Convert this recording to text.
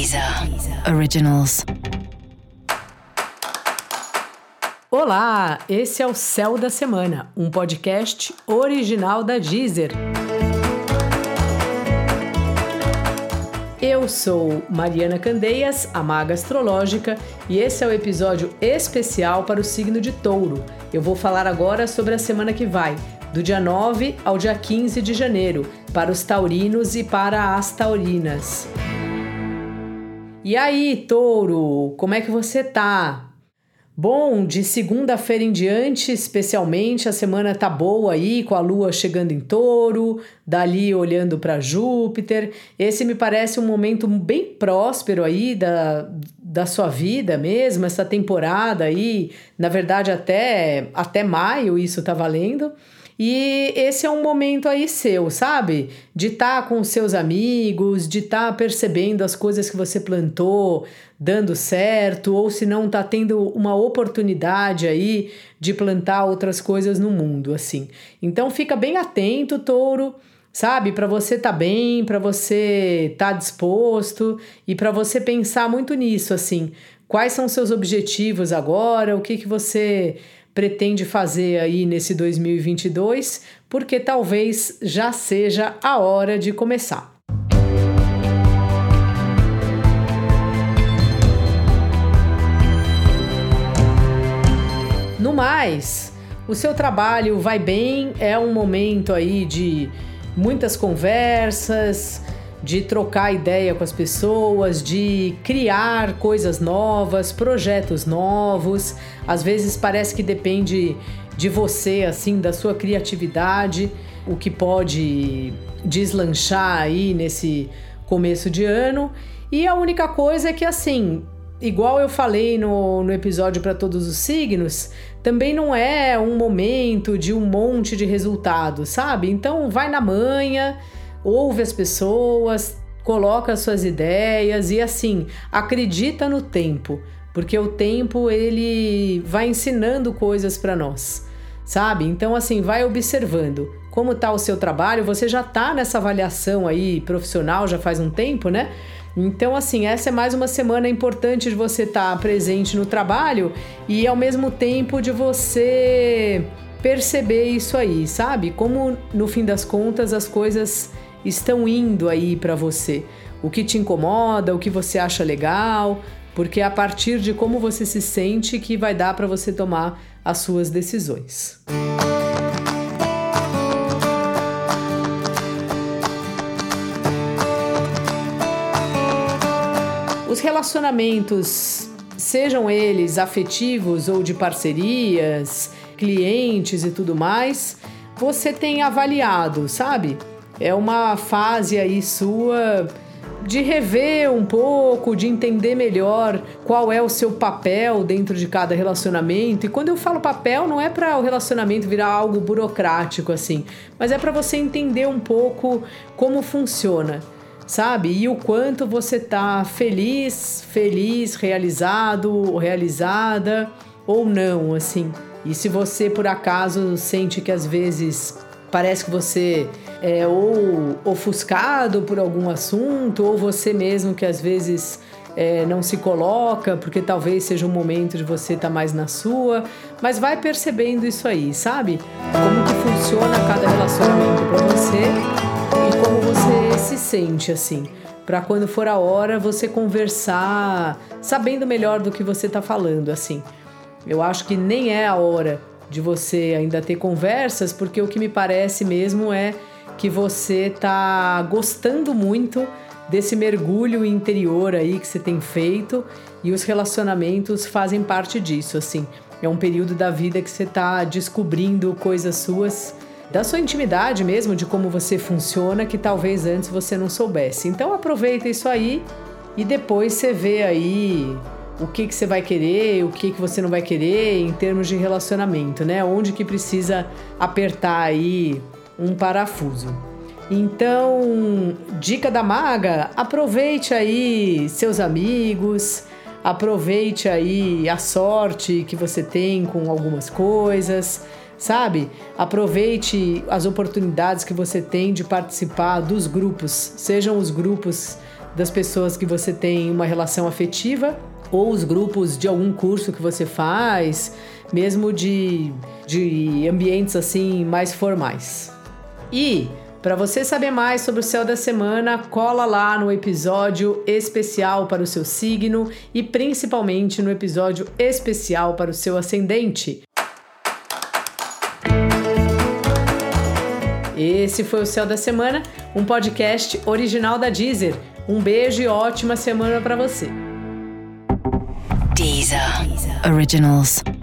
Deezer Originals. Olá, esse é o Céu da Semana, um podcast original da Deezer. Eu sou Mariana Candeias, a Maga Astrológica, e esse é o episódio especial para o signo de Touro. Eu vou falar agora sobre a semana que vai, do dia 9 ao dia 15 de janeiro, para os taurinos e para as taurinas. E aí, Touro, como é que você tá? Bom, de segunda-feira em diante, especialmente, a semana tá boa aí, com a Lua chegando em Touro, dali olhando para Júpiter. Esse me parece um momento bem próspero aí da sua vida mesmo, essa temporada aí, na verdade até maio isso tá valendo. E esse é um momento aí seu, sabe? De estar com os seus amigos, de estar percebendo as coisas que você plantou dando certo, ou se não tá tendo uma oportunidade aí de plantar outras coisas no mundo, assim. Então fica bem atento, Touro, sabe? Para você tá bem, para você tá disposto e para você pensar muito nisso, assim. Quais são os seus objetivos agora? O que você pretende fazer aí nesse 2022, porque talvez já seja a hora de começar. No mais, o seu trabalho vai bem, é um momento aí de muitas conversas, de trocar ideia com as pessoas, de criar coisas novas, projetos novos. Às vezes parece que depende de você, assim, da sua criatividade, o que pode deslanchar aí nesse começo de ano. E a única coisa é que, assim, igual eu falei no episódio para todos os signos, também não é um momento de um monte de resultados, sabe? Então vai na manha, ouve as pessoas, coloca as suas ideias e assim, acredita no tempo, porque o tempo ele vai ensinando coisas para nós, sabe? Então assim, vai observando como tá o seu trabalho, você já tá nessa avaliação aí profissional já faz um tempo, né? Então assim, essa é mais uma semana importante de você estar presente no trabalho e ao mesmo tempo de você perceber isso aí, sabe? Como no fim das contas as coisas estão indo aí para você, o que te incomoda, o que você acha legal, porque é a partir de como você se sente que vai dar para você tomar as suas decisões. Os relacionamentos, sejam eles afetivos ou de parcerias, clientes e tudo mais, você tem avaliado, sabe? É uma fase aí sua de rever um pouco, de entender melhor qual é o seu papel dentro de cada relacionamento. E quando eu falo papel, não é para o relacionamento virar algo burocrático assim, mas é para você entender um pouco como funciona, sabe? E o quanto você tá feliz, realizado ou realizada ou não, assim. E se você por acaso sente que às vezes parece que você é ou ofuscado por algum assunto, ou você mesmo que às vezes não se coloca, porque talvez seja um momento de você estar mais na sua, mas vai percebendo isso aí, sabe? Como que funciona cada relacionamento para você e como você se sente, assim, para quando for a hora você conversar sabendo melhor do que você está falando, assim. Eu acho que nem é a hora de você ainda ter conversas, porque o que me parece mesmo é que você tá gostando muito desse mergulho interior aí que você tem feito e os relacionamentos fazem parte disso, assim. É um período da vida que você tá descobrindo coisas suas, da sua intimidade mesmo, de como você funciona, que talvez antes você não soubesse. Então aproveita isso aí e depois você vê aí o que você vai querer, o que você não vai querer em termos de relacionamento, né? Onde que precisa apertar aí um parafuso. Então, dica da Maga, aproveite aí seus amigos, aproveite aí a sorte que você tem com algumas coisas, sabe? Aproveite as oportunidades que você tem de participar dos grupos, sejam os grupos das pessoas que você tem uma relação afetiva, ou os grupos de algum curso que você faz, mesmo de ambientes assim mais formais. E para você saber mais sobre o céu da semana, cola lá no episódio especial para o seu signo e principalmente no episódio especial para o seu ascendente. Esse foi o Céu da Semana, um podcast original da Deezer. Um beijo e ótima semana para você. Deezer Originals.